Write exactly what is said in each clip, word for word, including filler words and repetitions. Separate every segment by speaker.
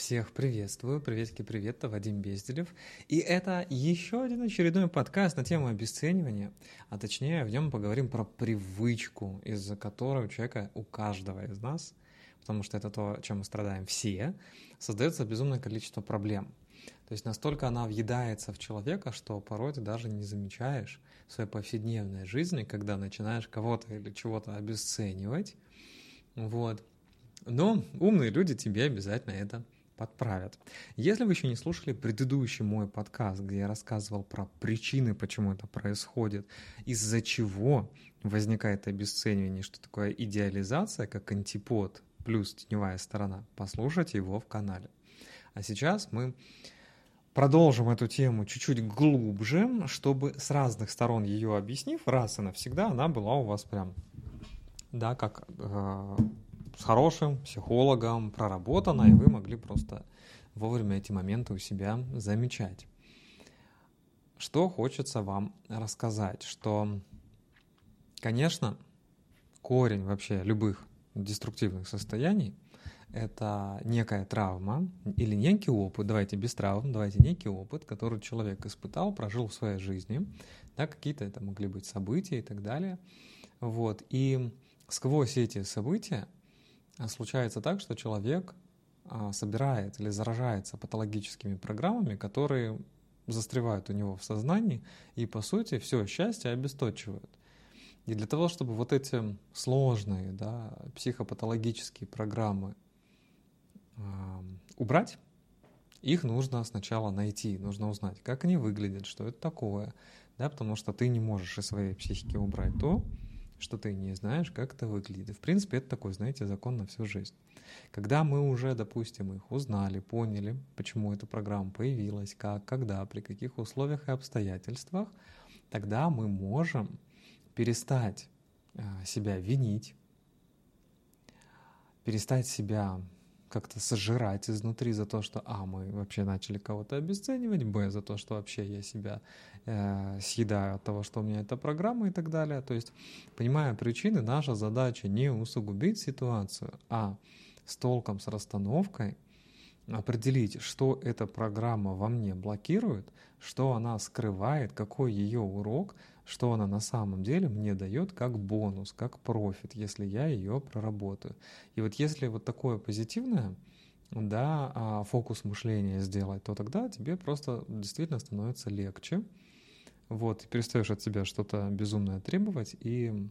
Speaker 1: Всех приветствую, приветики, привет, это Вадим Безделев. И это еще один очередной подкаст на тему обесценивания, а точнее в нем поговорим про привычку, из-за которой у человека, у каждого из нас, потому что это то, чем мы страдаем все, создается безумное количество проблем. То есть настолько она въедается в человека, что порой ты даже не замечаешь в своей повседневной жизни, когда начинаешь кого-то или чего-то обесценивать. Вот. Но умные люди тебе обязательно это подправят. Если вы еще не слушали предыдущий мой подкаст, где я рассказывал про причины, почему это происходит, из-за чего возникает обесценивание, что такое идеализация, как антипод, плюс теневая сторона, послушайте его в канале. А сейчас мы продолжим эту тему чуть-чуть глубже, чтобы с разных сторон ее объяснив, раз и навсегда она была у вас прям, да, как... Э- с хорошим психологом проработано, и вы могли просто вовремя эти моменты у себя замечать. Что хочется вам рассказать, что, конечно, корень вообще любых деструктивных состояний — это некая травма или некий опыт, давайте без травм, давайте некий опыт, который человек испытал, прожил в своей жизни, да, какие-то это могли быть события и так далее. Вот. И сквозь эти события случается так, что человек собирает или заражается патологическими программами, которые застревают у него в сознании и, по сути, все счастье обесточивают. И для того, чтобы вот эти сложные, да, психопатологические программы э, убрать, их нужно сначала найти, нужно узнать, как они выглядят, что это такое, да, потому что ты не можешь из своей психики убрать то, что ты не знаешь, как это выглядит. И, в принципе, это такой, знаете, закон на всю жизнь. Когда мы уже, допустим, их узнали, поняли, почему эта программа появилась, как, когда, при каких условиях и обстоятельствах, тогда мы можем перестать себя винить, перестать себя как-то сожрать изнутри за то, что а, мы вообще начали кого-то обесценивать, б, за то, что вообще я себя э, съедаю от того, что у меня эта программа и так далее. То есть, понимая причины, наша задача не усугубить ситуацию, а с толком, с расстановкой определить, что эта программа во мне блокирует, что она скрывает, какой ее урок, что она на самом деле мне дает как бонус, как профит, если я ее проработаю. И вот если вот такое позитивное, да, фокус мышления сделать, то тогда тебе просто действительно становится легче. Вот, ты перестаешь от себя что-то безумное требовать, и,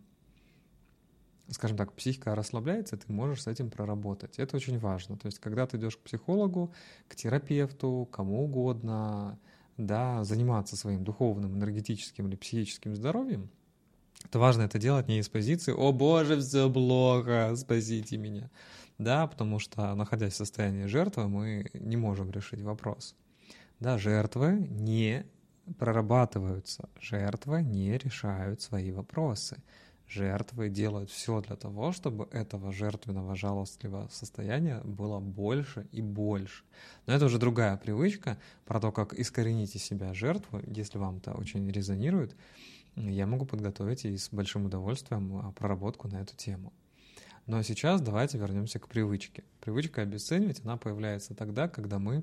Speaker 1: скажем так, психика расслабляется, ты можешь с этим проработать. Это очень важно. То есть, когда ты идешь к психологу, к терапевту, кому угодно, да, заниматься своим духовным, энергетическим или психическим здоровьем, то важно это делать не из позиции «О боже, все плохо, спасите меня», да, потому что, находясь в состоянии жертвы, мы не можем решить вопрос. Да, жертвы не прорабатываются, жертвы не решают свои вопросы. Жертвы делают все для того, чтобы этого жертвенного, жалостливого состояния было больше и больше. Но это уже другая привычка про то, как искоренить из себя жертву. Если вам это очень резонирует, я могу подготовить и с большим удовольствием проработку на эту тему. Но сейчас давайте вернемся к привычке. Привычка обесценивать, она появляется тогда, когда мы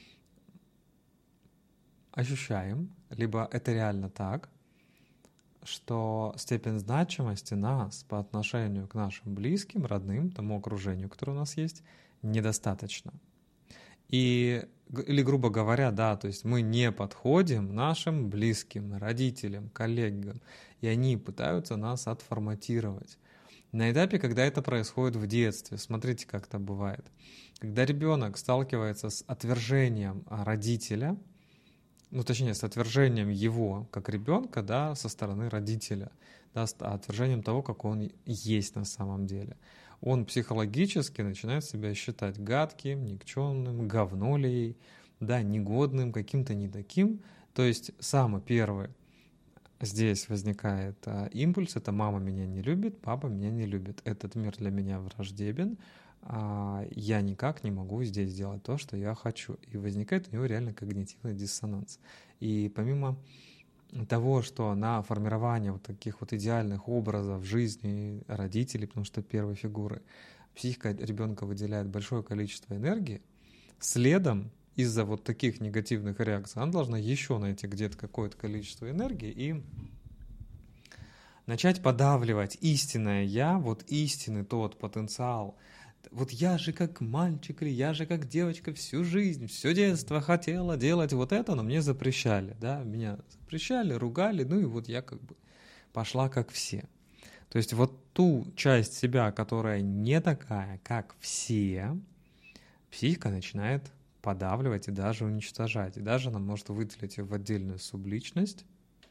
Speaker 1: ощущаем, либо это реально так, что степень значимости нас по отношению к нашим близким, родным, тому окружению, которое у нас есть, недостаточно. И, или, грубо говоря, да, то есть мы не подходим нашим близким, родителям, коллегам, и они пытаются нас отформатировать. На этапе, когда это происходит в детстве, смотрите, как это бывает. Когда ребенок сталкивается с отвержением родителя, ну, точнее, с отвержением его как ребенка, да, со стороны родителя, да, с отвержением того, как он есть на самом деле. Он психологически начинает себя считать гадким, никчемным, говнолией, да, негодным, каким-то не таким. То есть самый первый здесь возникает а, импульс, это мама меня не любит, папа меня не любит, этот мир для меня враждебен, а, я никак не могу здесь сделать то, что я хочу. И возникает у него реально когнитивный диссонанс. И помимо того, что на формирование вот таких вот идеальных образов в жизни родителей, потому что первые фигуры, психика ребенка выделяет большое количество энергии, следом из-за вот таких негативных реакций она должна еще найти где-то какое-то количество энергии и начать подавливать истинное я, вот истинный тот потенциал. Вот я же как мальчик или я же как девочка всю жизнь, все детство хотела делать вот это, но мне запрещали, да, меня запрещали, ругали, ну и вот я как бы пошла как все. То есть вот ту часть себя, которая не такая, как все, психика начинает подавливать и даже уничтожать. И даже она может выделить ее в отдельную субличность,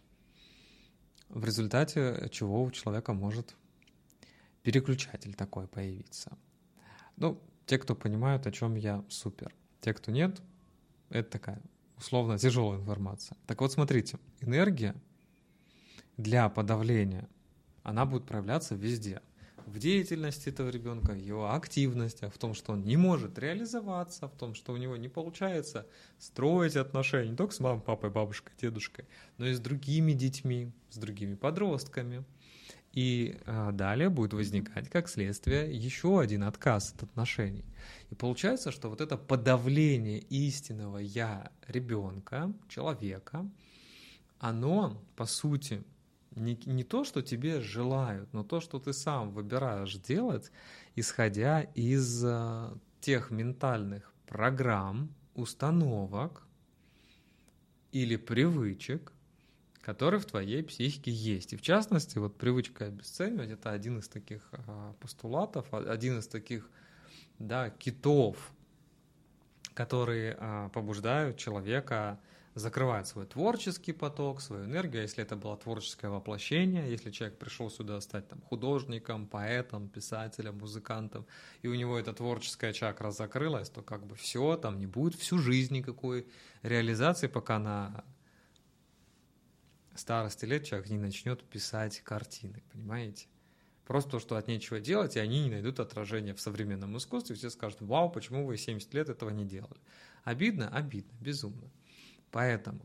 Speaker 1: в результате чего у человека может переключатель такой появиться. Ну, те, кто понимают, о чем я, супер. Те, кто нет, это такая условно тяжелая информация. Так вот, смотрите, энергия для подавления, она будет проявляться везде. В деятельности этого ребенка, в его активностях, в том, что он не может реализоваться, в том, что у него не получается строить отношения не только с мамой, папой, бабушкой, дедушкой, но и с другими детьми, с другими подростками. И а, далее будет возникать, как следствие, еще один отказ от отношений. И получается, что вот это подавление истинного «я» ребенка, человека, оно, по сути, Не, не то, что тебе желают, но то, что ты сам выбираешь делать, исходя из а, тех ментальных программ, установок или привычек, которые в твоей психике есть. И в частности, вот привычка обесценивать — это один из таких а, постулатов, один из таких, да, китов, которые а, побуждают человека закрывает свой творческий поток, свою энергию, если это было творческое воплощение, если человек пришел сюда стать там художником, поэтом, писателем, музыкантом, и у него эта творческая чакра закрылась, то как бы все, там не будет всю жизнь никакой реализации, пока на старости лет человек не начнет писать картины, понимаете? Просто то, что от нечего делать, и они не найдут отражения в современном искусстве, все скажут: вау, почему вы семьдесят лет этого не делали? Обидно? Обидно, безумно. Поэтому,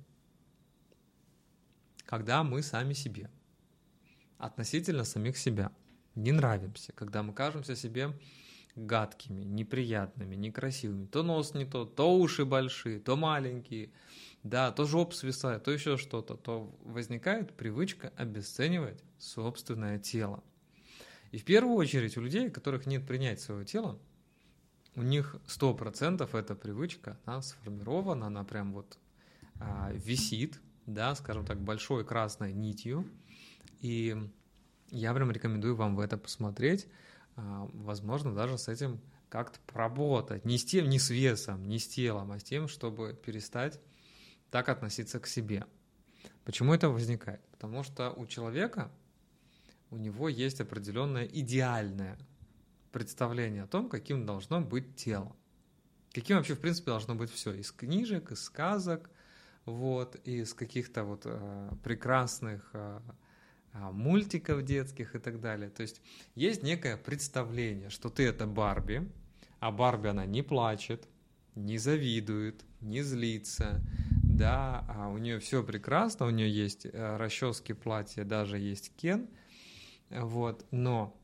Speaker 1: когда мы сами себе, относительно самих себя, не нравимся, когда мы кажемся себе гадкими, неприятными, некрасивыми, то нос не тот, то уши большие, то маленькие, да, то жоп свисает, то еще что-то, то возникает привычка обесценивать собственное тело. И в первую очередь у людей, у которых нет принятия своего тела, у них сто процентов эта привычка, она сформирована, она прям вот а, висит, да, скажем так, большой красной нитью. И я прям рекомендую вам в это посмотреть, а, возможно, даже с этим как-то поработать. Не с тем, не с весом, не с телом, а с тем, чтобы перестать так относиться к себе. Почему это возникает? Потому что у человека, у него есть определенное идеальное представление о том, каким должно быть тело. Каким вообще, в принципе, должно быть все. Из книжек, из сказок, вот, из каких-то вот э, прекрасных э, мультиков детских и так далее. То есть есть некое представление, что ты — это Барби, а Барби, она не плачет, не завидует, не злится, да, а у нее все прекрасно, у нее есть расчески, платья, даже есть Кен, вот, но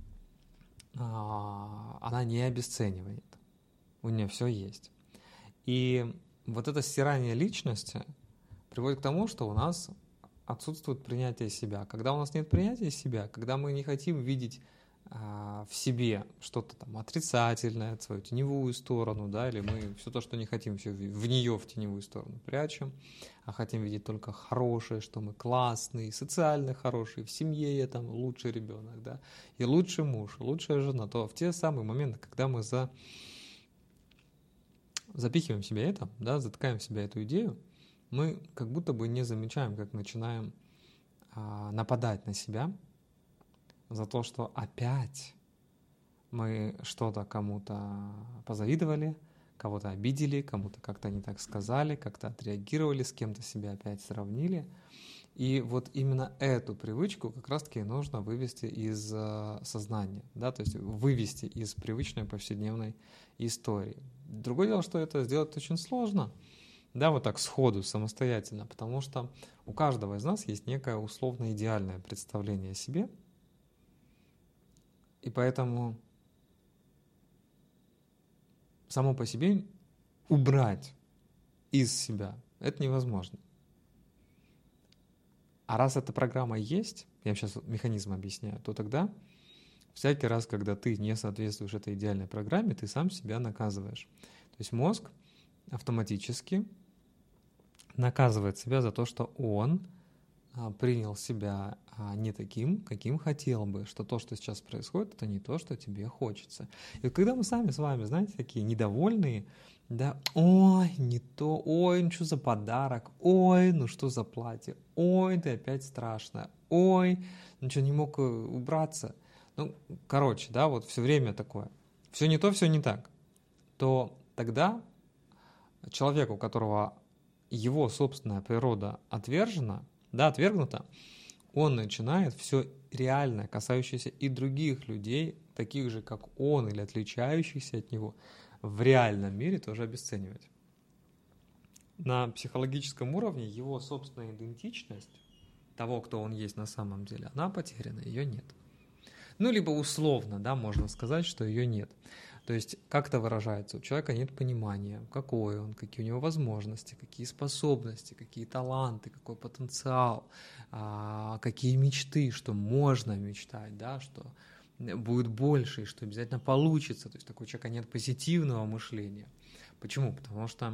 Speaker 1: а, она не обесценивает, у нее все есть. И вот это стирание личности приводит к тому, что у нас отсутствует принятие себя. Когда у нас нет принятия себя, когда мы не хотим видеть а, в себе что-то там отрицательное, свою теневую сторону, да, или мы все то, что не хотим, все в нее, в теневую сторону прячем, а хотим видеть только хорошее, что мы классные, социально хорошие, в семье я там лучший ребенок, да, и лучший муж, лучшая жена, то в те самые моменты, когда мы за... запихиваем в себя это, да, затыкаем в себя эту идею, мы как будто бы не замечаем, как начинаем а, нападать на себя за то, что опять мы что-то кому-то позавидовали, кого-то обидели, кому-то как-то не так сказали, как-то отреагировали, с кем-то себя опять сравнили. И вот именно эту привычку как раз-таки нужно вывести из э, сознания, да, то есть вывести из привычной повседневной истории. Другое дело, что это сделать очень сложно, да, вот так сходу, самостоятельно, потому что у каждого из нас есть некое условно идеальное представление о себе, и поэтому само по себе убрать из себя это невозможно. А раз эта программа есть, я вам сейчас механизм объясняю, то тогда всякий раз, когда ты не соответствуешь этой идеальной программе, ты сам себя наказываешь. То есть мозг автоматически наказывает себя за то, что он принял себя не таким, каким хотел бы, что то, что сейчас происходит, это не то, что тебе хочется. И вот когда мы сами с вами, знаете, такие недовольные, да, ой, не то, ой, ну что за подарок, ой, ну что за платье, ой, ты опять страшная, ой, ну что, не мог убраться. Ну, короче, да, вот все время такое. Все не то, все не так. То тогда человек, у которого его собственная природа отвержена, да, отвергнута, он начинает все реальное, касающееся и других людей, таких же, как он, или отличающихся от него, в реальном мире тоже обесценивать. На психологическом уровне его собственная идентичность того, кто он есть на самом деле, она потеряна, ее нет. Ну, либо условно, да, можно сказать, что ее нет. То есть, как это выражается? У человека нет понимания, какой он, какие у него возможности, какие способности, какие таланты, какой потенциал, какие мечты, что можно мечтать, да, что будет больше, и что обязательно получится. То есть, такого человека нет позитивного мышления. Почему? Потому что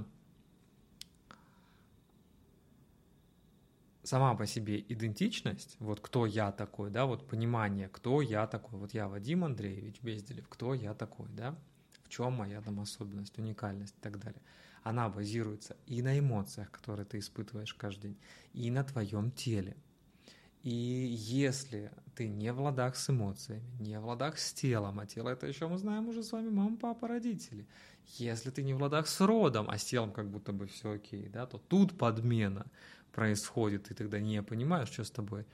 Speaker 1: сама по себе идентичность, вот кто я такой, да, вот понимание, кто я такой, вот я Вадим Андреевич Безделев, кто я такой, да, в чем моя там особенность, уникальность и так далее, она базируется и на эмоциях, которые ты испытываешь каждый день, и на твоем теле. И если ты не в ладах с эмоциями, не в ладах с телом, а тело это еще мы знаем уже с вами мама, папа, родители, если ты не в ладах с родом, а с телом как будто бы все окей, да, то тут подмена происходит, ты тогда не понимаешь, что с тобой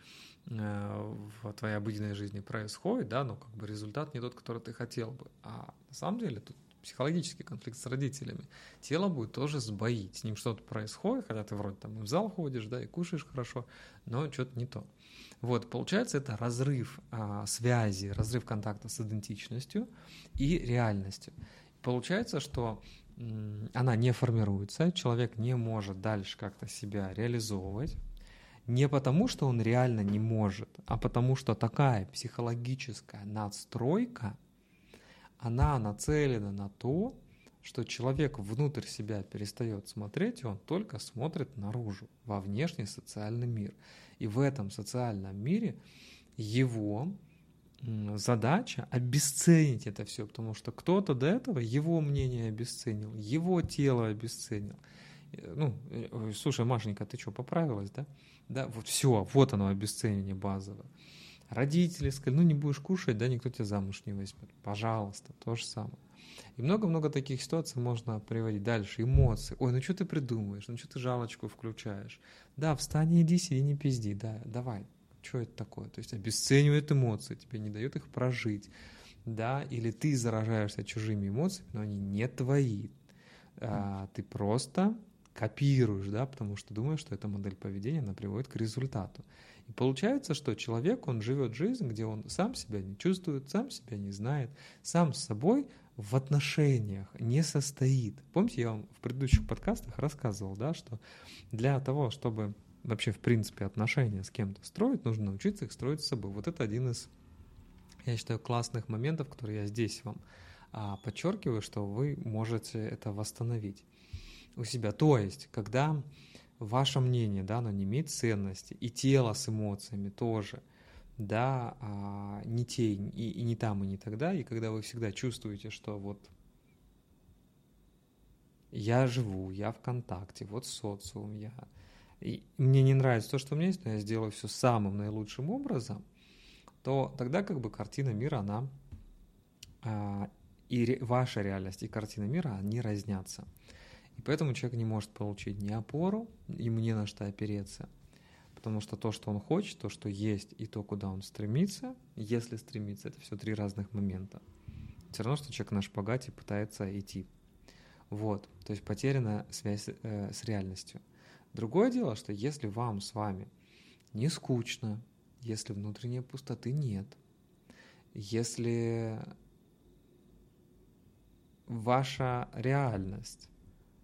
Speaker 1: э, в твоей обыденной жизни происходит, да, но как бы результат не тот, который ты хотел бы. А на самом деле тут психологический конфликт с родителями. Тело будет тоже сбоить, с ним что-то происходит, хотя ты вроде там и в зал ходишь, да, и кушаешь хорошо, но что-то не то. Вот, получается, это разрыв а, связи, разрыв контакта с идентичностью и реальностью. Получается, что она не формируется, человек не может дальше как-то себя реализовывать, не потому, что он реально не может, а потому, что такая психологическая надстройка, она нацелена на то, что человек внутрь себя перестает смотреть, и он только смотрит наружу, во внешний социальный мир. И в этом социальном мире его задача обесценить это все, потому что кто-то до этого его мнение обесценил, его тело обесценил. Ну, слушай, Машенька, ты что, поправилась, да? Да, вот все, вот оно обесценивание базовое. Родители сказали, ну не будешь кушать, да, никто тебя замуж не возьмет. Пожалуйста, то же самое. И много-много таких ситуаций можно приводить. Дальше эмоции. Ой, ну что ты придумаешь, ну что ты жалочку включаешь? Да, встань и иди, сиди, не пизди, да, давай. Что это такое? То есть обесценивает эмоции, тебе не дает их прожить, да, или ты заражаешься чужими эмоциями, но они не твои. А, ты просто копируешь, да, потому что думаешь, что эта модель поведения, она приводит к результату. И получается, что человек, он живет жизнь, где он сам себя не чувствует, сам себя не знает, сам с собой в отношениях не состоит. Помните, я вам в предыдущих подкастах рассказывал, да, что для того, чтобы вообще, в принципе, отношения с кем-то строить, нужно научиться их строить с собой. Вот это один из, я считаю, классных моментов, которые я здесь вам а, подчеркиваю, что вы можете это восстановить у себя. То есть, когда ваше мнение, да, оно не имеет ценности, и тело с эмоциями тоже, да, а, не те, и, и не там, и не тогда, и когда вы всегда чувствуете, что вот я живу, я в контакте, вот социум, я... и мне не нравится то, что у меня есть, но я сделаю все самым наилучшим образом, то тогда как бы картина мира, она а, и ре, ваша реальность, и картина мира, они разнятся. И поэтому человек не может получить ни опору, ему не на что опереться, потому что то, что он хочет, то, что есть, и то, куда он стремится, если стремится, это все три разных момента. Все равно, что человек на шпагате пытается идти. Вот, то есть потеряна связь э, с реальностью. Другое дело, что если вам с вами не скучно, если внутренней пустоты нет, если ваша реальность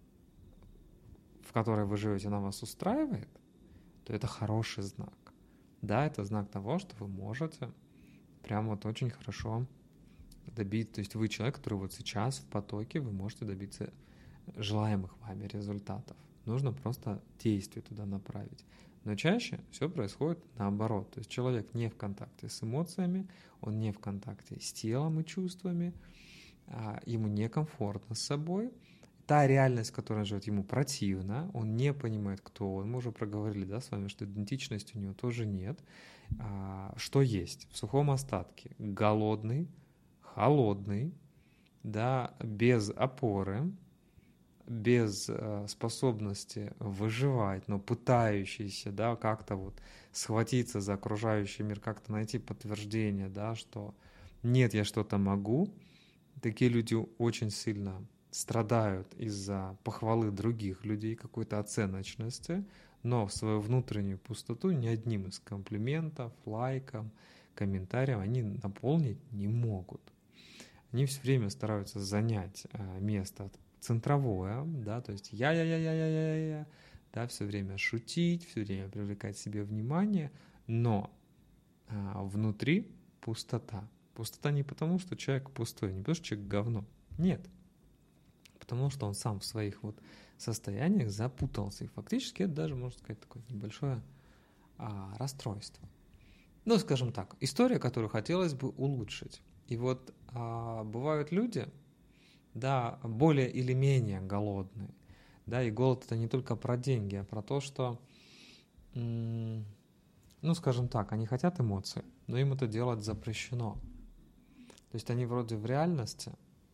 Speaker 1: в которой вы живете, она вас устраивает, то это хороший знак. Да, это знак того, что вы можете прям вот очень хорошо добиться. То есть вы человек, который вот сейчас в потоке, вы можете добиться желаемых вами результатов. Нужно просто действие туда направить. Но чаще все происходит наоборот. То есть человек не в контакте с эмоциями, он не в контакте с телом и чувствами, ему некомфортно с собой. Та реальность, в которой он живет, ему противна, он не понимает, кто он. Мы уже проговорили, да, с вами, что идентичности у него тоже нет. Что есть в сухом остатке? Голодный, холодный, да, без опоры, без э, способности выживать, но пытающийся, да, как-то вот схватиться за окружающий мир, как-то найти подтверждение, да, что нет, я что-то могу. Такие люди очень сильно страдают из-за похвалы других людей, какой-то оценочности, но в свою внутреннюю пустоту ни одним из комплиментов, лайком, комментарием они наполнить не могут. Они все время стараются занять э, место центровое, да, то есть я-я-я-я-я-я-я, да, все время шутить, все время привлекать к себе внимание, но а, внутри пустота. Пустота не потому, что человек пустой, не потому, что человек говно. Нет. Потому что он сам в своих вот состояниях запутался. И фактически это даже, можно сказать, такое небольшое а, расстройство. Ну, скажем так, история, которую хотелось бы улучшить. И вот а, бывают люди, да, более или менее голодные. Да, и голод — это не только про деньги, а про то, что, ну, скажем так, они хотят эмоций, но им это делать запрещено. То есть они вроде в реальности,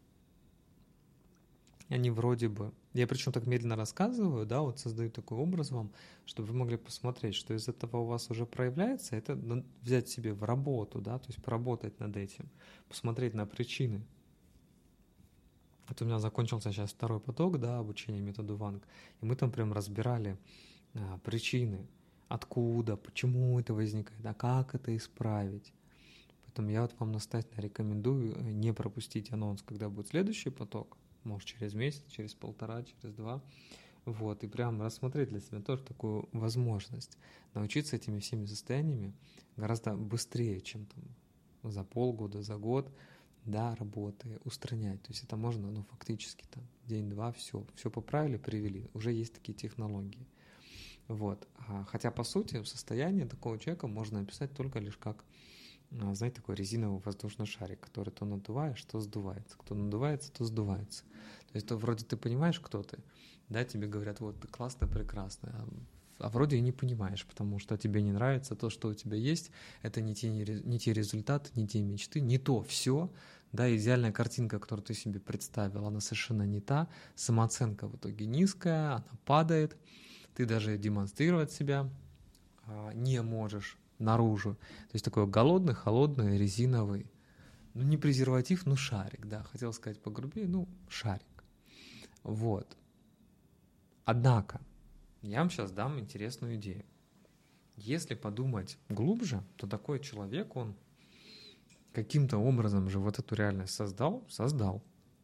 Speaker 1: они вроде бы... Я причем так медленно рассказываю, да, вот создаю такой образ вам, чтобы вы могли посмотреть, что из этого у вас уже проявляется, это взять себе в работу, да, то есть поработать над этим, посмотреть на причины. Вот у меня закончился сейчас второй поток, да, обучения методу Ванг, и мы там прям разбирали а, причины, откуда, почему это возникает, а как это исправить. Поэтому я вот вам настоятельно рекомендую не пропустить анонс, когда будет следующий поток, может через месяц, через полтора, через два, вот, и прям рассмотреть для себя тоже такую возможность научиться этими всеми состояниями гораздо быстрее, чем там за полгода, за год, да, работы, устранять. То есть это можно, ну, фактически там день-два, все, все поправили, привели. Уже есть такие технологии. Вот. Хотя, по сути, состояние такого человека можно описать только лишь как, знаете, такой резиновый воздушный шарик, который то надуваешь, то сдувается. Кто надувается, то сдувается. То есть то вроде ты понимаешь, кто ты, да, тебе говорят, вот ты классно, прекрасно, а, а вроде и не понимаешь, потому что тебе не нравится то, что у тебя есть, это не те, не те результаты, не те мечты, не то все, да, идеальная картинка, которую ты себе представил, она совершенно не та, самооценка в итоге низкая, она падает, ты даже демонстрировать себя а, не можешь наружу. То есть такой голодный, холодный, резиновый, ну не презерватив, ну шарик, да, хотел сказать погрубее, ну шарик. Вот. Однако, я вам сейчас дам интересную идею. Если подумать глубже, то такой человек, он каким-то образом же вот эту реальность создал, создал.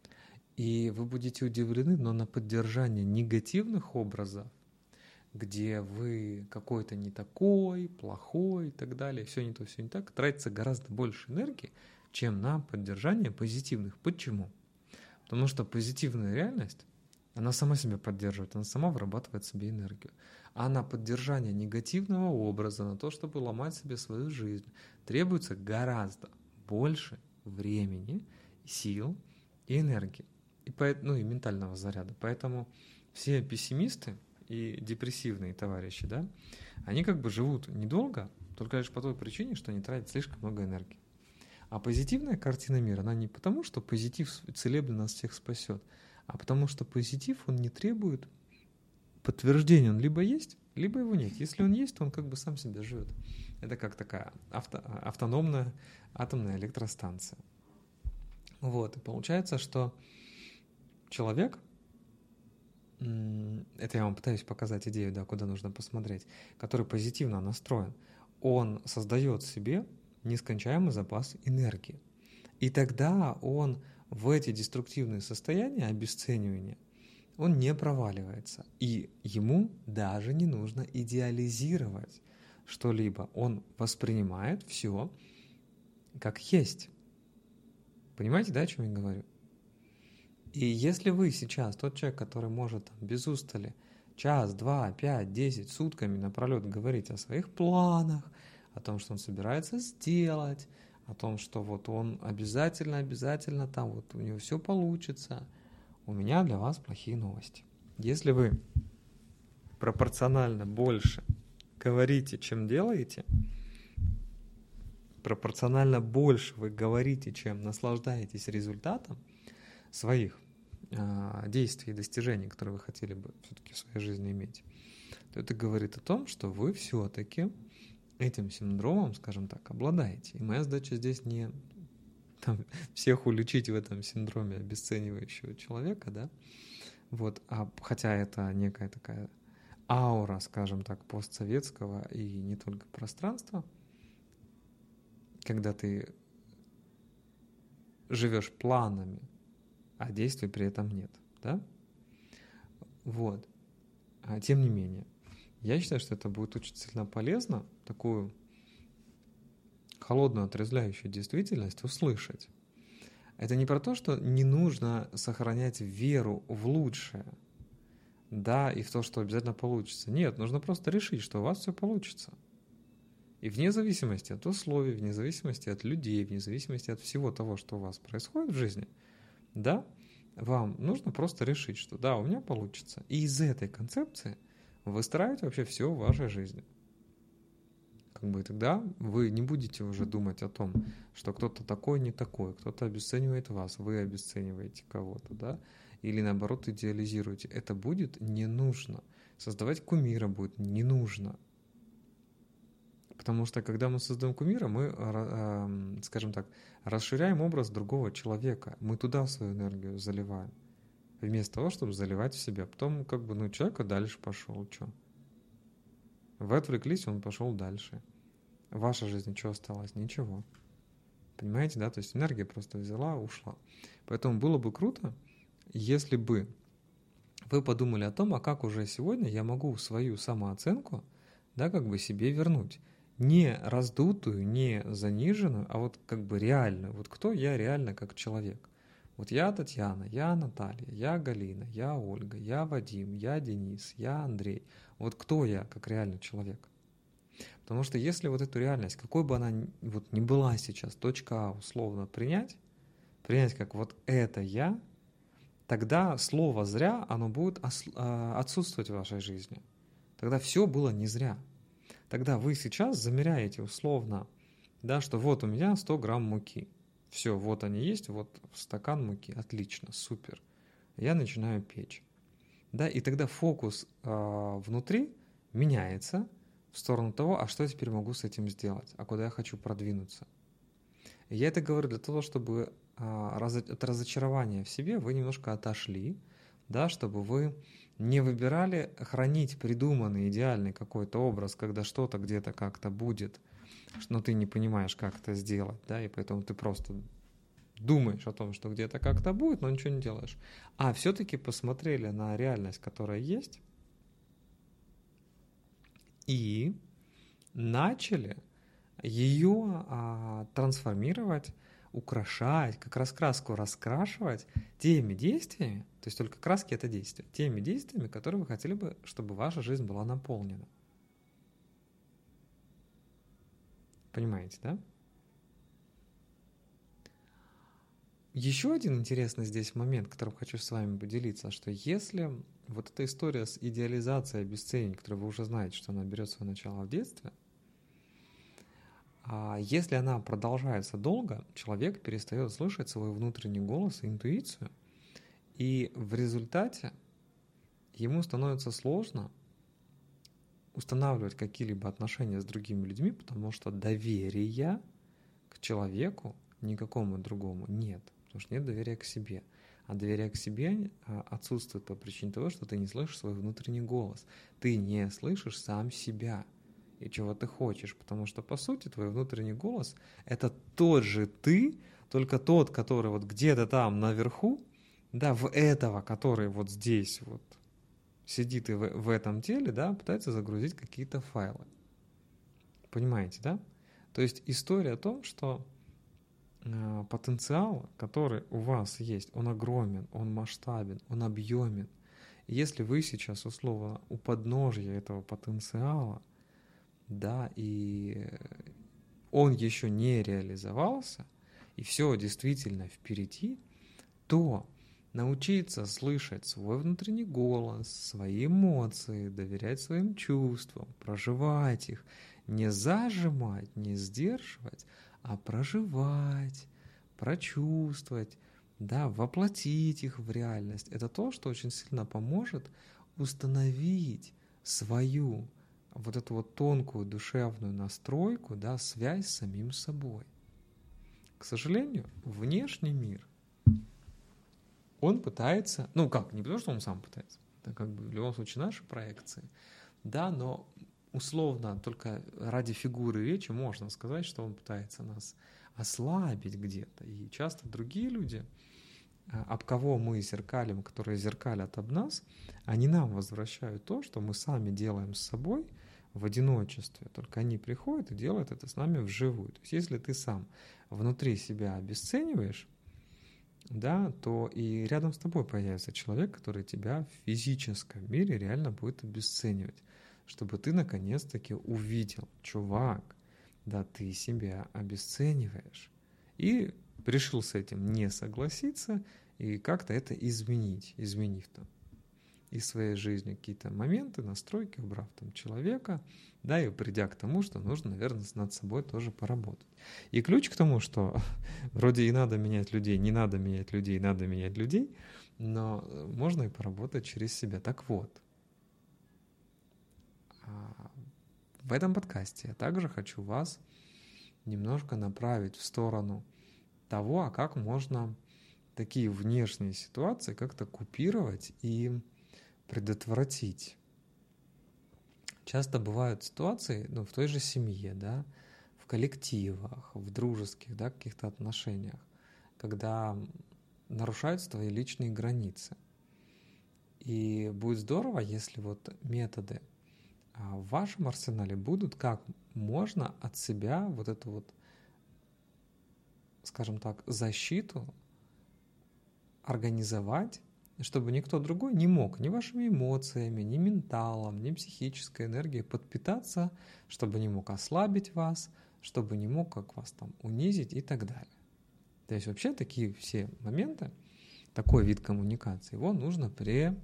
Speaker 1: И вы будете удивлены, но на поддержание негативных образов, где вы какой-то не такой, плохой и так далее, все не то, все не так, тратится гораздо больше энергии, чем на поддержание позитивных. Почему? Потому что позитивная реальность, она сама себя поддерживает, она сама вырабатывает себе энергию. А на поддержание негативного образа, на то, чтобы ломать себе свою жизнь, требуется гораздо больше времени, сил и энергии, и, ну, и ментального заряда. Поэтому все пессимисты и депрессивные товарищи, да, они как бы живут недолго, только лишь по той причине, что они тратят слишком много энергии. А позитивная картина мира, она не потому, что позитив целебно нас всех спасет, а потому что позитив, он не требует подтверждения, он либо есть, либо его нет. Если он есть, то он как бы сам себя живет. Это как такая авто, автономная атомная электростанция. Вот, и получается, что человек, это я вам пытаюсь показать идею, да, куда нужно посмотреть, который позитивно настроен, он создает себе нескончаемый запас энергии. И тогда он в эти деструктивные состояния обесценивания он не проваливается. И ему даже не нужно идеализировать что-либо. Он воспринимает все как есть. Понимаете, да, о чем я говорю? И если вы сейчас тот человек, который может там, без устали час, два, пять, десять сутками напролет говорить о своих планах, о том, что он собирается сделать, о том, что вот он обязательно, обязательно там вот у него все получится, у меня для вас плохие новости. Если вы пропорционально больше говорите, чем делаете, пропорционально больше вы говорите, чем наслаждаетесь результатом своих э, действий и достижений, которые вы хотели бы все-таки в своей жизни иметь, то это говорит о том, что вы все-таки этим синдромом, скажем так, обладаете. И моя задача здесь не там, всех уличить в этом синдроме обесценивающего человека, да, вот, а хотя это некая такая аура, скажем так, постсоветского и не только пространства, когда ты живешь планами, а действий при этом нет, да? Вот. А тем не менее, я считаю, что это будет очень сильно полезно, такую холодную, отрезвляющую действительность услышать. Это не про то, что не нужно сохранять веру в лучшее, да, и в то, что обязательно получится. Нет, нужно просто решить, что у вас все получится. И вне зависимости от условий, вне зависимости от людей, вне зависимости от всего того, что у вас происходит в жизни, да, вам нужно просто решить, что да, у меня получится. И из этой концепции выстраивать вообще все в вашей жизни. Как бы тогда вы не будете уже думать о том, что кто-то такой, не такой, кто-то обесценивает вас, вы обесцениваете кого-то, да, или наоборот идеализируете. Это будет не нужно. Создавать кумира будет не нужно. Потому что когда мы создаем кумира, мы, скажем так, расширяем образ другого человека. Мы туда свою энергию заливаем. Вместо того, чтобы заливать в себя. Потом как бы, ну, человек дальше пошел. Что? Вы отвлеклись, он пошел дальше. В вашей жизни что осталось? Ничего. Понимаете, да? То есть энергия просто взяла, ушла. Поэтому было бы круто, если бы вы подумали о том, а как уже сегодня я могу свою самооценку, да, как бы себе вернуть. Не раздутую, не заниженную, а вот как бы реальную. Вот кто я реально как человек. Вот я Татьяна, я Наталья, я Галина, я Ольга, я Вадим, я Денис, я Андрей. Вот кто я как реальный человек. Потому что если вот эту реальность, какой бы она вот ни была сейчас, точка А условно принять, принять как вот это я, тогда слово «зря» оно будет отсутствовать в вашей жизни. Тогда все было не зря. Тогда вы сейчас замеряете условно, да, что вот у меня сто грамм муки. Все, вот они есть, вот стакан муки. Отлично, супер. Я начинаю печь. Да, и тогда фокус э, внутри меняется в сторону того, а что я теперь могу с этим сделать, а куда я хочу продвинуться. И я это говорю для того, чтобы э, раз, от разочарования в себе вы немножко отошли, да, чтобы вы не выбирали хранить придуманный идеальный какой-то образ, когда что-то где-то как-то будет, но ты не понимаешь, как это сделать, да, и поэтому ты просто думаешь о том, что где-то как-то будет, но ничего не делаешь. А все-таки посмотрели на реальность, которая есть, и начали ее а, трансформировать, украшать, как раскраску раскрашивать теми действиями, то есть только краски — это действия, теми действиями, которые вы хотели бы, чтобы ваша жизнь была наполнена. Понимаете, да? Еще один интересный здесь момент, которым хочу с вами поделиться, что если вот эта история с идеализацией, обесцениванием, которую вы уже знаете, что она берет свое начало в детстве, а если она продолжается долго, человек перестает слышать свой внутренний голос и интуицию, и в результате ему становится сложно устанавливать какие-либо отношения с другими людьми, потому что доверия к человеку никакому другому нет, потому что нет доверия к себе. А доверие к себе отсутствует по причине того, что ты не слышишь свой внутренний голос. Ты не слышишь сам себя и чего ты хочешь, потому что, по сути, твой внутренний голос — это тот же ты, только тот, который вот где-то там наверху, да, в этого, который вот здесь вот сидит и в, в этом теле, да, пытается загрузить какие-то файлы. Понимаете, да? То есть история о том, что э, потенциал, который у вас есть, он огромен, он масштабен, он объемен. И если вы сейчас условно у подножья этого потенциала, да, и он еще не реализовался, и все действительно впереди, то научиться слышать свой внутренний голос, свои эмоции, доверять своим чувствам, проживать их, не зажимать, не сдерживать, а проживать, прочувствовать, да, воплотить их в реальность. Это то, что очень сильно поможет установить свою вот эту вот тонкую душевную настройку, да, связь с самим собой. К сожалению, внешний мир, он пытается, ну как, не потому что он сам пытается, это как бы в любом случае наши проекции, да, но условно только ради фигуры речи можно сказать, что он пытается нас ослабить где-то. И часто другие люди, об кого мы зеркалим, которые зеркалят об нас, они нам возвращают то, что мы сами делаем с собой в одиночестве. Только они приходят и делают это с нами вживую. То есть если ты сам внутри себя обесцениваешь, да, то и рядом с тобой появится человек, который тебя в физическом мире реально будет обесценивать, чтобы ты наконец-таки увидел: чувак, да ты себя обесцениваешь. И решил с этим не согласиться и как-то это изменить, изменив там из своей жизни какие-то моменты, настройки, убрав там человека, да, и придя к тому, что нужно, наверное, над собой тоже поработать. И ключ к тому, что вроде и надо менять людей, не надо менять людей, надо менять людей, но можно и поработать через себя. Так вот, в этом подкасте я также хочу вас немножко направить в сторону того, а как можно такие внешние ситуации как-то купировать и предотвратить. Часто бывают ситуации, ну, в той же семье, да, в коллективах, в дружеских, да, каких-то отношениях, когда нарушаются твои личные границы. И будет здорово, если вот методы в вашем арсенале будут, как можно от себя вот эту вот, скажем так, защиту организовать, чтобы никто другой не мог ни вашими эмоциями, ни менталом, ни психической энергией подпитаться, чтобы не мог ослабить вас, чтобы не мог как вас там унизить и так далее. То есть вообще такие все моменты, такой вид коммуникации, его нужно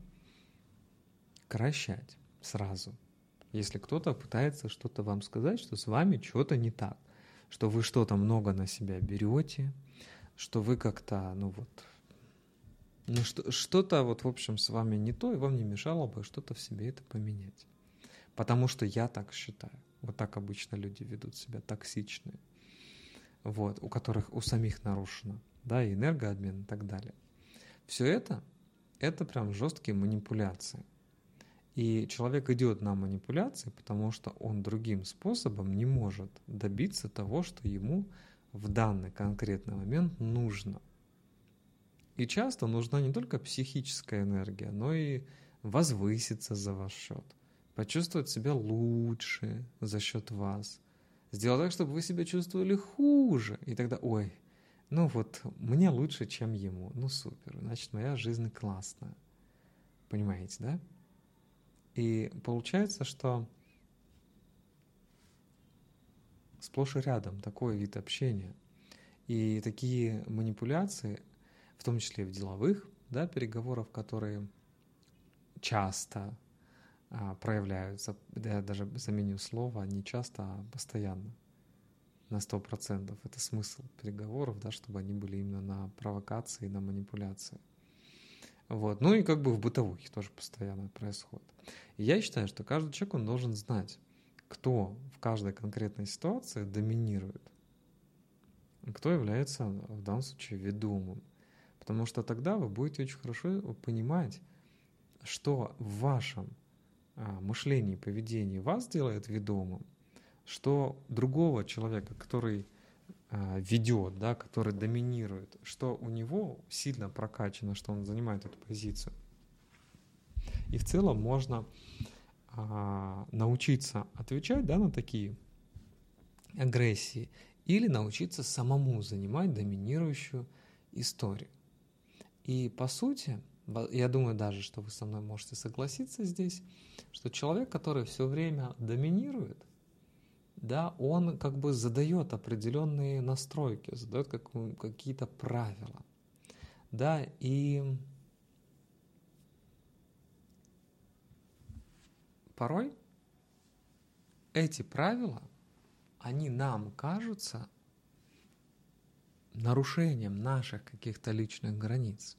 Speaker 1: прекращать сразу. Если кто-то пытается что-то вам сказать, что с вами что-то не так, что вы что-то много на себя берете, что вы как-то, ну вот, ну что, что-то вот в общем с вами не то, и вам не мешало бы что-то в себе это поменять. Потому что я так считаю. Вот так обычно люди ведут себя, токсичные. Вот, у которых у самих нарушено, да, и энергообмен и так далее. Все это, это прям жесткие манипуляции. И человек идет на манипуляции, потому что он другим способом не может добиться того, что ему в данный конкретный момент нужно. И часто нужна не только психическая энергия, но и возвыситься за ваш счет, почувствовать себя лучше за счет вас, сделать так, чтобы вы себя чувствовали хуже, и тогда, ой, ну вот мне лучше, чем ему, ну супер, значит моя жизнь классная. Понимаете, да? И получается, что сплошь и рядом такой вид общения. И такие манипуляции, в том числе и в деловых, да, переговорах, которые часто а, проявляются, да, я даже заменю слово, не часто, а постоянно, на сто процентов. Это смысл переговоров, да, чтобы они были именно на провокации, на манипуляции. Вот. Ну и как бы в бытовухе тоже постоянно происходит. И я считаю, что каждый человек, он должен знать, кто в каждой конкретной ситуации доминирует, кто является в данном случае ведомым. Потому что тогда вы будете очень хорошо понимать, что в вашем мышлении, поведении вас делает ведомым, что другого человека, который а, ведет, да, который доминирует, что у него сильно прокачано, что он занимает эту позицию. И в целом можно а, научиться отвечать, да, на такие агрессии или научиться самому занимать доминирующую историю. И по сути, я думаю даже, что вы со мной можете согласиться здесь, что человек, который все время доминирует, да, он как бы задает определенные настройки, задает какие-то правила, да, и порой эти правила, они нам кажутся нарушением наших каких-то личных границ.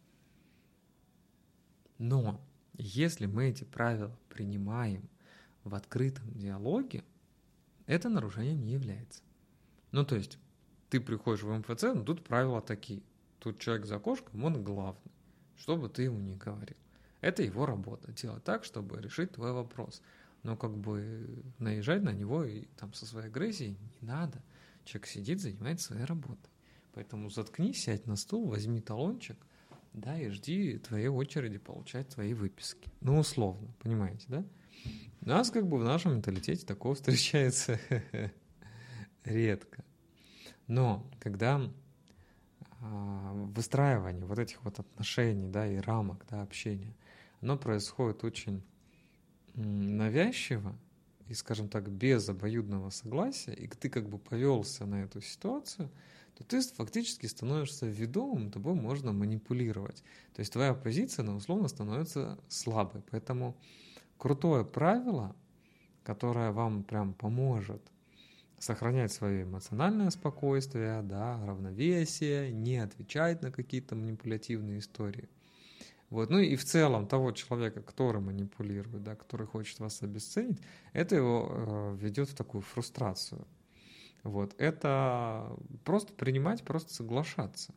Speaker 1: Но если мы эти правила принимаем в открытом диалоге, это нарушением не является. Ну, то есть, ты приходишь в эм эф цэ, ну, тут правила такие. Тут человек за окошком, он главный, что бы ты ему ни говорил. Это его работа, делать так, чтобы решить твой вопрос. Но как бы наезжать на него и там со своей агрессией не надо. Человек сидит, занимается своей работой. Поэтому заткнись, сядь на стул, возьми талончик, да, и жди твоей очереди получать твои выписки. Ну, условно, понимаете, да? У нас как бы в нашем менталитете такого встречается редко. Но когда выстраивание вот этих вот отношений, да, и рамок, да, общения, оно происходит очень навязчиво и, скажем так, без обоюдного согласия, и ты как бы повелся на эту ситуацию, то ты фактически становишься ведомым, тобой можно манипулировать. То есть твоя позиция, она условно становится слабой. Поэтому крутое правило, которое вам прям поможет сохранять свое эмоциональное спокойствие, да, равновесие, не отвечать на какие-то манипулятивные истории. Вот. Ну и в целом того человека, который манипулирует, да, который хочет вас обесценить, это его э, ведет в такую фрустрацию. Вот. Это просто принимать, просто соглашаться.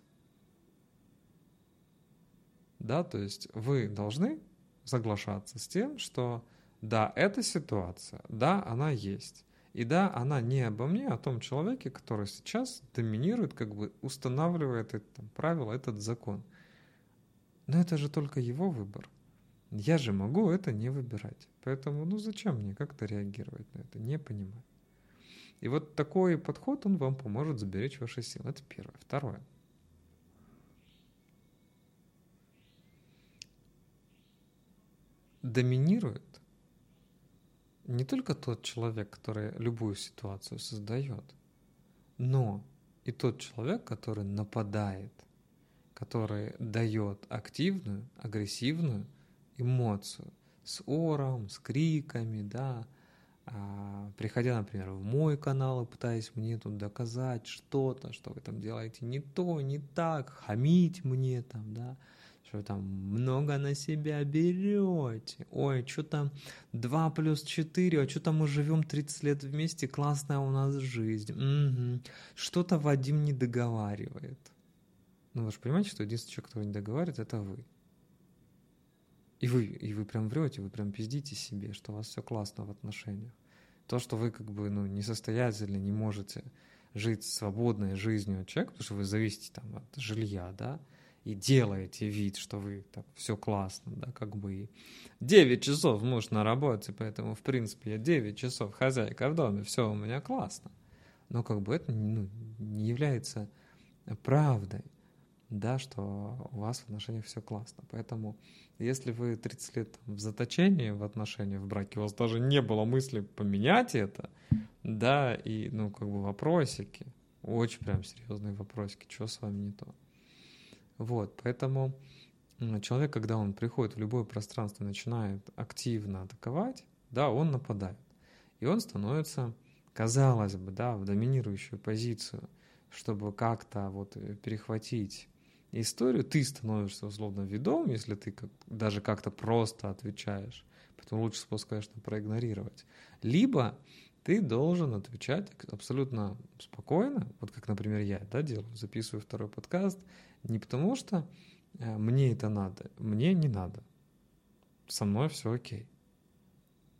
Speaker 1: Да, то есть вы должны соглашаться с тем, что да, эта ситуация, да, она есть. И да, она не обо мне, а о том человеке, который сейчас доминирует, как бы устанавливает это там, правило, этот закон. Но это же только его выбор. Я же могу это не выбирать. Поэтому, ну зачем мне как-то реагировать на это? Не понимаю. И вот такой подход, он вам поможет заберечь ваши силы. Это первое. Второе. Доминирует не только тот человек, который любую ситуацию создает, но и тот человек, который нападает, который дает активную, агрессивную эмоцию с ором, с криками, да, а, приходя, например, в мой канал и пытаясь мне тут доказать что-то, что вы там делаете не то, не так, хамить мне там, да, что вы там много на себя берете, ой, что там два плюс четыре, а что там мы живем тридцать лет вместе, классная у нас жизнь, угу. Что-то Вадим не договаривает. Ну, вы же понимаете, что единственный человек, кто не договаривает, это вы. И вы, и вы прям врете, вы прям пиздите себе, что у вас все классно в отношениях. То, что вы как бы ну, несостоятельны, не можете жить свободной жизнью человека, потому что вы зависите там от жилья, да, и делаете вид, что вы так все классно, да, как бы и девять часов муж на работе, поэтому, в принципе, я девять часов хозяйка в доме, все у меня классно. Но как бы это ну, не является правдой, да, что у вас в отношениях все классно. Поэтому, если вы тридцать лет в заточении в отношениях, в браке, у вас даже не было мысли поменять это, да, и, ну, как бы вопросики, очень прям серьезные вопросики, что с вами не то. Вот, поэтому человек, когда он приходит в любое пространство и начинает активно атаковать, да, он нападает. И он становится, казалось бы, да, в доминирующую позицию, чтобы как-то вот перехватить историю, ты становишься условно ведом, если ты как, даже как-то просто отвечаешь. Поэтому лучший способ, конечно, проигнорировать. Либо ты должен отвечать абсолютно спокойно, вот как, например, я да, делаю, записываю второй подкаст, не потому что мне это надо, мне не надо. Со мной все окей.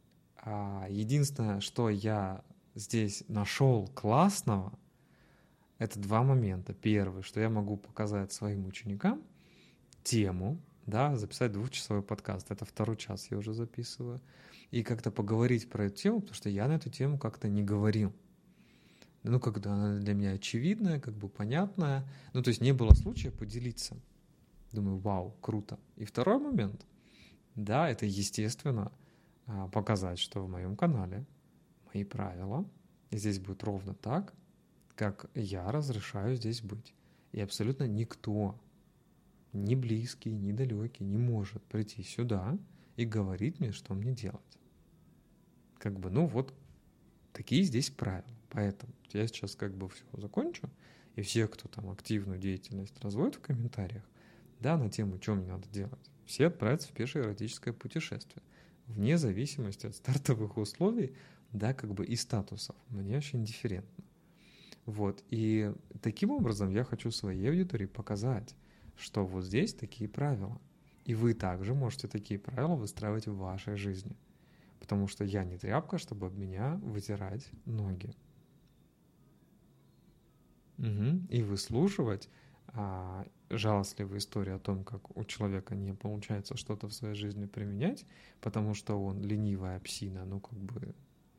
Speaker 1: А единственное, что я здесь нашел классного, Это два момента. Первый, что я могу показать своим ученикам тему, да, записать двухчасовой подкаст. Это второй час я уже записываю. И как-то поговорить про эту тему, потому что я на эту тему как-то не говорил. Ну, когда она для меня очевидная, как бы понятная. Ну, то есть не было случая поделиться. Думаю, вау, круто. И второй момент, да, это естественно показать, что в моем канале мои правила, и здесь будет ровно так, как я разрешаю здесь быть. И абсолютно никто, ни близкий, ни далекий, не может прийти сюда и говорить мне, что мне делать. Как бы, ну вот, такие здесь правила. Поэтому я сейчас как бы все закончу, и все, кто там активную деятельность разводит в комментариях, да, на тему, что мне надо делать, все отправятся в пешее эротическое путешествие. Вне зависимости от стартовых условий, да, как бы и статусов. Мне очень индифферентно. Вот. И таким образом я хочу своей аудитории показать, что вот здесь такие правила. И вы также можете такие правила выстраивать в вашей жизни. Потому что я не тряпка, чтобы об меня вытирать ноги. Угу. И выслушивать а, жалостливые истории о том, как у человека не получается что-то в своей жизни применять, потому что он ленивая псина, ну как бы,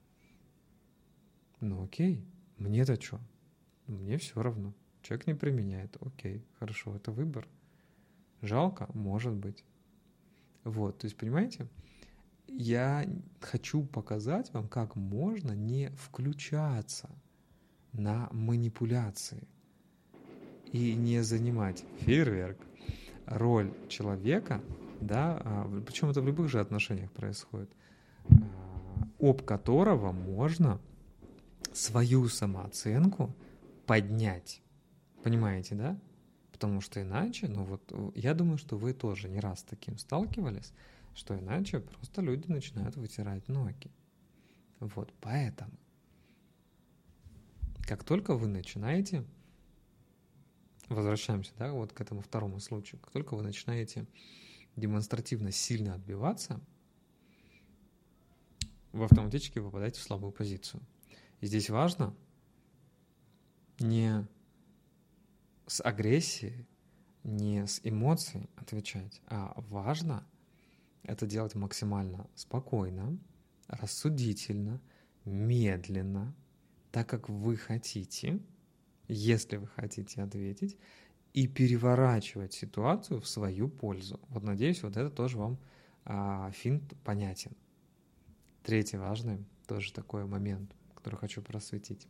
Speaker 1: ну окей, мне-то что? Мне все равно. Человек не применяет, окей, хорошо, это выбор. Жалко, может быть. Вот, то есть, понимаете, я хочу показать вам, как можно не включаться на манипуляции и не занимать фейерверк, роль человека, да, причем это в любых же отношениях происходит, об которого можно свою самооценку поднять. Понимаете, да? Потому что иначе, ну вот, я думаю, что вы тоже не раз с таким сталкивались, что иначе просто люди начинают вытирать ноги. Вот, поэтому, как только вы начинаете, возвращаемся, да, вот к этому второму случаю, как только вы начинаете демонстративно сильно отбиваться, вы автоматически попадаете в слабую позицию. И здесь важно не с агрессией, не с эмоцией отвечать, а важно это делать максимально спокойно, рассудительно, медленно, так как вы хотите, если вы хотите ответить, и переворачивать ситуацию в свою пользу. Вот надеюсь, вот это тоже вам а, финт понятен. Третий важный тоже такой момент, который хочу просветить.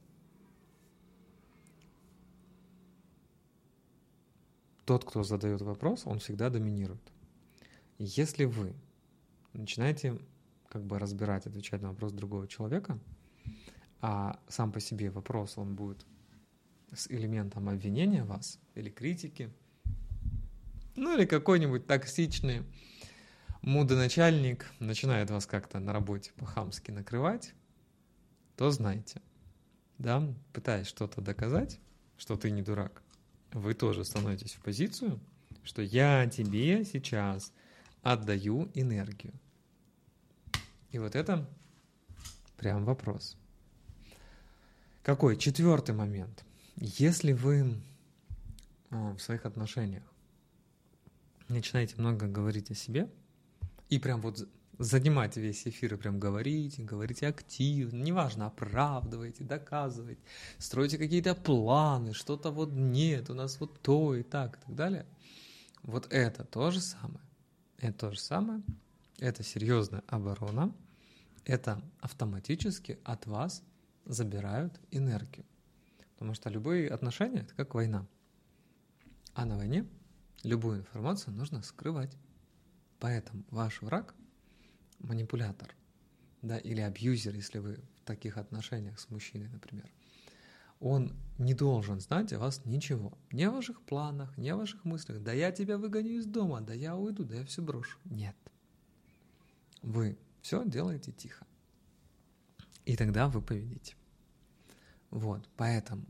Speaker 1: Тот, кто задает вопрос, он всегда доминирует. Если вы начинаете как бы разбирать, отвечать на вопрос другого человека, а сам по себе вопрос, он будет с элементом обвинения вас или критики, ну или какой-нибудь токсичный мудоначальник начинает вас как-то на работе по-хамски накрывать, то знайте, да, пытаясь что-то доказать, что ты не дурак, вы тоже становитесь в позицию, что я тебе сейчас отдаю энергию. И вот это прям вопрос. Какой? Четвертый момент. Если вы в своих отношениях начинаете много говорить о себе и прям вот занимать весь эфир и прям говорите, говорите активно, неважно, оправдываете, доказываете, строите какие-то планы, что-то вот нет, у нас вот то и так, и так далее. Вот это то же самое. Это то же самое. Это серьезная оборона. Это автоматически от вас забирают энергию. Потому что любые отношения — это как война. А на войне любую информацию нужно скрывать. Поэтому ваш враг — манипулятор, да, или абьюзер, если вы в таких отношениях с мужчиной, например. Он не должен знать о вас ничего. Ни о ваших планах, ни о ваших мыслях. Да я тебя выгоню из дома, да я уйду, да я все брошу. Нет. Вы все делаете тихо. И тогда вы победите. Вот, поэтому,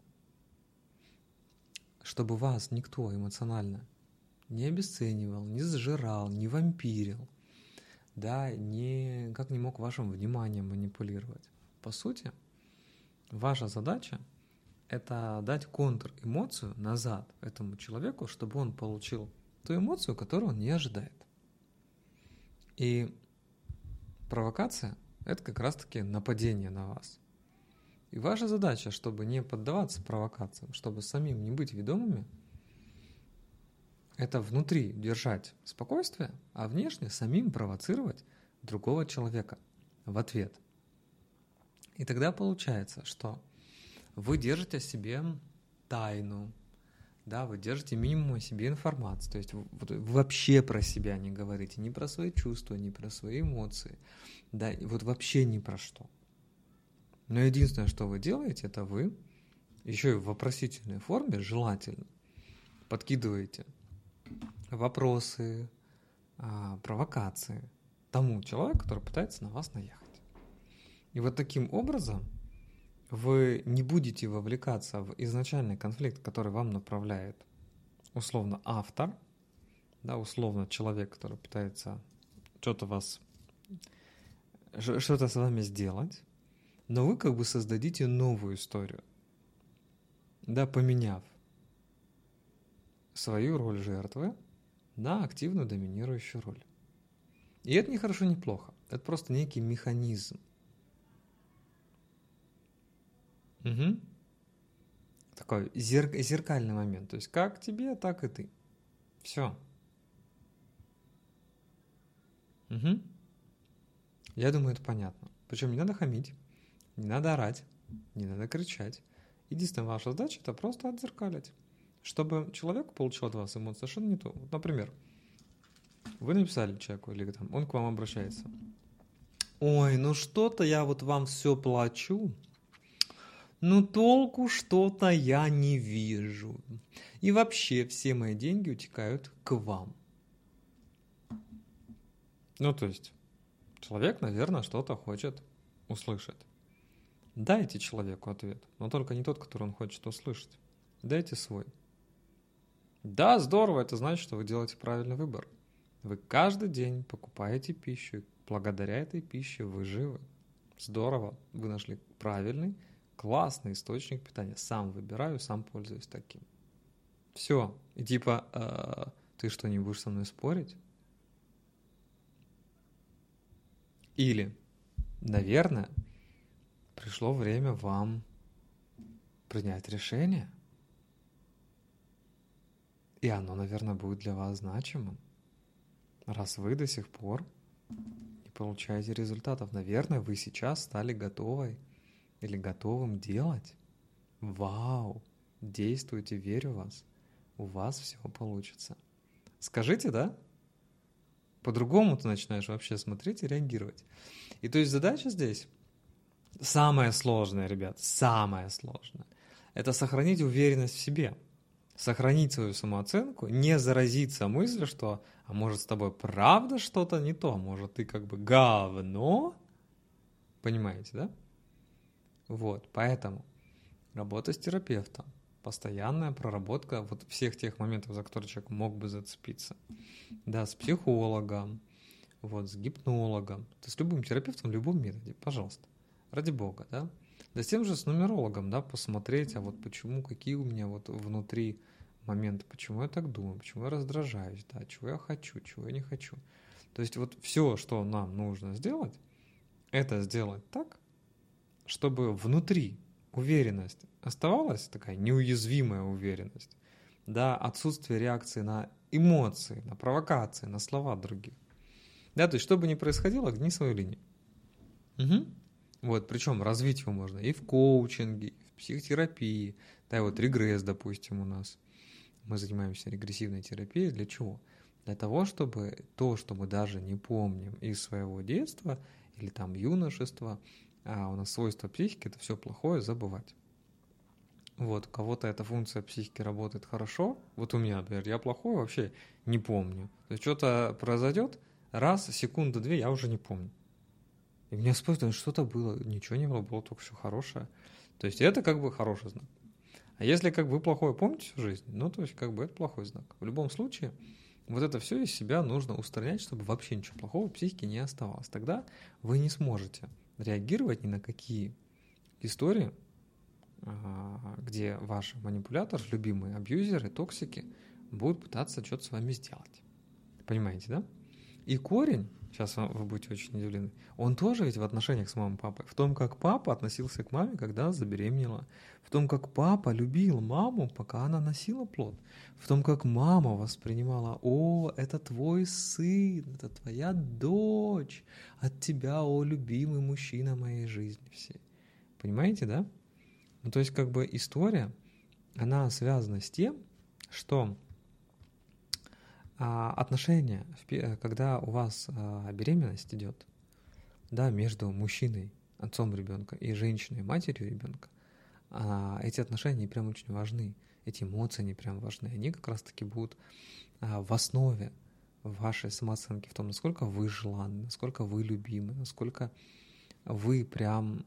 Speaker 1: чтобы вас никто эмоционально не обесценивал, не сжирал, не вампирил, да, никак не мог вашим вниманием манипулировать. По сути, ваша задача — это дать контр-эмоцию назад этому человеку, чтобы он получил ту эмоцию, которую он не ожидает. И провокация — это как раз-таки нападение на вас. И ваша задача, чтобы не поддаваться провокациям, чтобы самим не быть ведомыми, это внутри держать спокойствие, а внешне самим провоцировать другого человека в ответ. И тогда получается, что вы держите о себе тайну, да, вы держите минимум о себе информацию, то есть вы, вы вообще про себя не говорите, ни про свои чувства, ни про свои эмоции, да, вот вообще ни про что. Но единственное, что вы делаете, это вы еще и в вопросительной форме, желательно, подкидываете вопросы, провокации тому человеку, который пытается на вас наехать. И вот таким образом вы не будете вовлекаться в изначальный конфликт, который вам направляет условно автор, да, условно человек, который пытается что-то вас, что-то с вами сделать, но вы как бы создадите новую историю, да, поменяв свою роль жертвы на активную доминирующую роль. И это не хорошо, не плохо. Это просто некий механизм. Угу. Такой зерк- зеркальный момент. То есть как тебе, так и ты. Все. Угу. Я думаю, это понятно. Причем не надо хамить, не надо орать, не надо кричать. Единственная ваша задача — это просто отзеркалить, чтобы человек получил от вас эмоции совершенно не то. Вот, например, вы написали человеку, или там, он к вам обращается. Ой, ну что-то я вот вам все плачу, но толку что-то я не вижу. И вообще все мои деньги утекают к вам. Ну, то есть, человек, наверное, что-то хочет услышать. Дайте человеку ответ, но только не тот, который он хочет услышать. Дайте свой. Да, здорово, это значит, что вы делаете правильный выбор. Вы каждый день покупаете пищу, и благодаря этой пище вы живы. Здорово, вы нашли правильный, классный источник питания. Сам выбираю, сам пользуюсь таким. Все. И типа, э, ты что, не будешь со мной спорить? Или, наверное, пришло время вам принять решение. И оно, наверное, будет для вас значимым. Раз вы до сих пор не получаете результатов, наверное, вы сейчас стали готовой или готовым делать. Вау! Действуйте, верю в вас. У вас все получится. Скажите, да? По-другому ты начинаешь вообще смотреть и реагировать. И то есть задача здесь самая сложная, ребят, самая сложная. Это сохранить уверенность в себе. Сохранить свою самооценку, не заразиться мыслью, что а может с тобой правда что-то не то, может ты как бы говно, понимаете, да? Вот, поэтому работа с терапевтом, постоянная проработка вот всех тех моментов, за которые человек мог бы зацепиться, да, с психологом, вот, с гипнологом, то с любым терапевтом в любом методе, пожалуйста, ради бога, да? Да с тем же с нумерологом, да, посмотреть, а вот почему, какие у меня вот внутри моменты, почему я так думаю, почему я раздражаюсь, да, чего я хочу, чего я не хочу. То есть вот все, что нам нужно сделать, это сделать так, чтобы внутри уверенность оставалась, такая неуязвимая уверенность, да, отсутствие реакции на эмоции, на провокации, на слова других. Да, то есть что бы ни происходило, гни свою линию. Угу. Вот, причем развить его можно и в коучинге, и в психотерапии. Да, и вот регресс, допустим, у нас. Мы занимаемся регрессивной терапией. Для чего? Для того, чтобы то, что мы даже не помним из своего детства или там юношества, а у нас свойство психики — это все плохое забывать. Вот, у кого-то эта функция психики работает хорошо. Вот у меня, например, я плохое вообще не помню. То есть что-то произойдет, раз, секунду, две, я уже не помню. И меня спрашивают, что-то было, ничего не было, было только все хорошее. То есть это как бы хороший знак. А если как бы вы плохое помните всю жизнь, ну то есть как бы это плохой знак. В любом случае, вот это все из себя нужно устранять, чтобы вообще ничего плохого в психике не оставалось. Тогда вы не сможете реагировать ни на какие истории где ваши манипуляторы, любимые абьюзеры, токсики будут пытаться что-то с вами сделать. Понимаете, да? И корень, сейчас вы будете очень удивлены, он тоже ведь в отношениях с мамой и папой. В том, как папа относился к маме, когда забеременела. В том, как папа любил маму, пока она носила плод. В том, как мама воспринимала: «О, это твой сын, это твоя дочь, от тебя, о, любимый мужчина моей жизни всей». Понимаете, да? Ну, то есть, как бы история, она связана с тем, что отношения, когда у вас беременность идет, да, между мужчиной, отцом ребенка, и женщиной, матерью ребенка, эти отношения прям очень важны, эти эмоции, они прям важны, они как раз-таки будут в основе вашей самооценки, в том, насколько вы желанны, насколько вы любимы, насколько вы прям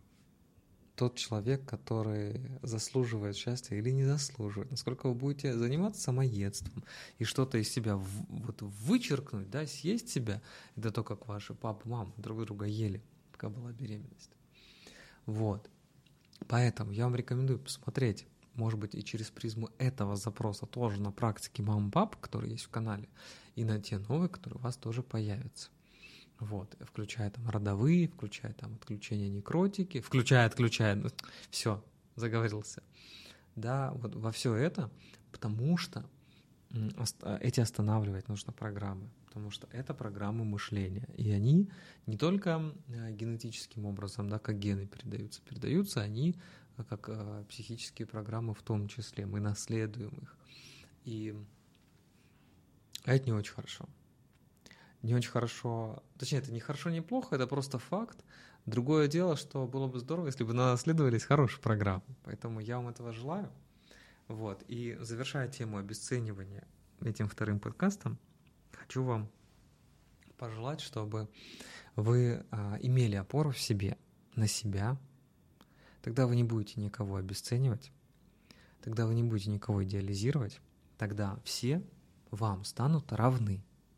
Speaker 1: тот человек, который заслуживает счастья или не заслуживает, насколько вы будете заниматься самоедством и что-то из себя в, вот вычеркнуть, да, съесть себя, это то, как ваши папа, мама друг друга ели, пока была беременность. Вот. Поэтому я вам рекомендую посмотреть, может быть, и через призму этого запроса тоже на практике мамы-папы, которые есть в канале, и на те новые, которые у вас тоже появятся. Вот, включая там родовые, включая там отключение некротики, включая, отключая, ну, все, заговорился. Да, вот во все это, потому что эти останавливать нужно программы, потому что это программы мышления, и они не только генетическим образом, да, как гены передаются, передаются они как психические программы в том числе, мы наследуем их, и это не очень хорошо. Не очень хорошо, точнее, это не хорошо, не плохо, это просто факт. Другое дело, что было бы здорово, если бы наследовались хорошие программы. Поэтому я вам этого желаю. Вот. И завершая тему обесценивания этим вторым подкастом, хочу вам пожелать, чтобы вы а, имели опору в себе, на себя. Тогда вы не будете никого обесценивать, тогда вы не будете никого идеализировать, тогда все вам станут равны.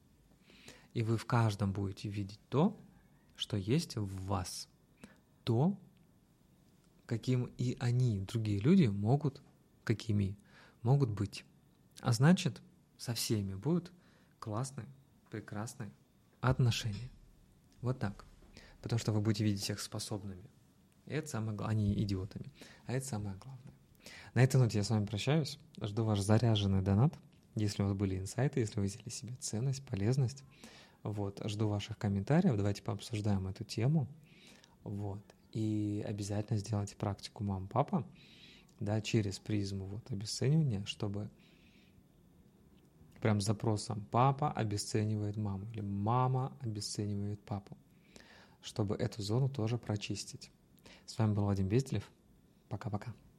Speaker 1: И вы в каждом будете видеть то, что есть в вас. То, каким и они, другие люди, могут, какими могут быть. А значит, со всеми будут классные, прекрасные отношения. Вот так. Потому что вы будете видеть всех способными. И это самое главное, а не идиотами. А это самое главное. На этой ноте я с вами прощаюсь. Жду ваш заряженный донат. Если у вас были инсайты, если вы взяли себе ценность, полезность. Вот, жду ваших комментариев, давайте пообсуждаем эту тему, вот, и обязательно сделайте практику мама-папа, да, через призму вот обесценивания, чтобы прям с запросом «папа обесценивает маму» или «мама обесценивает папу», чтобы эту зону тоже прочистить. С вами был Вадим Безделев, пока-пока.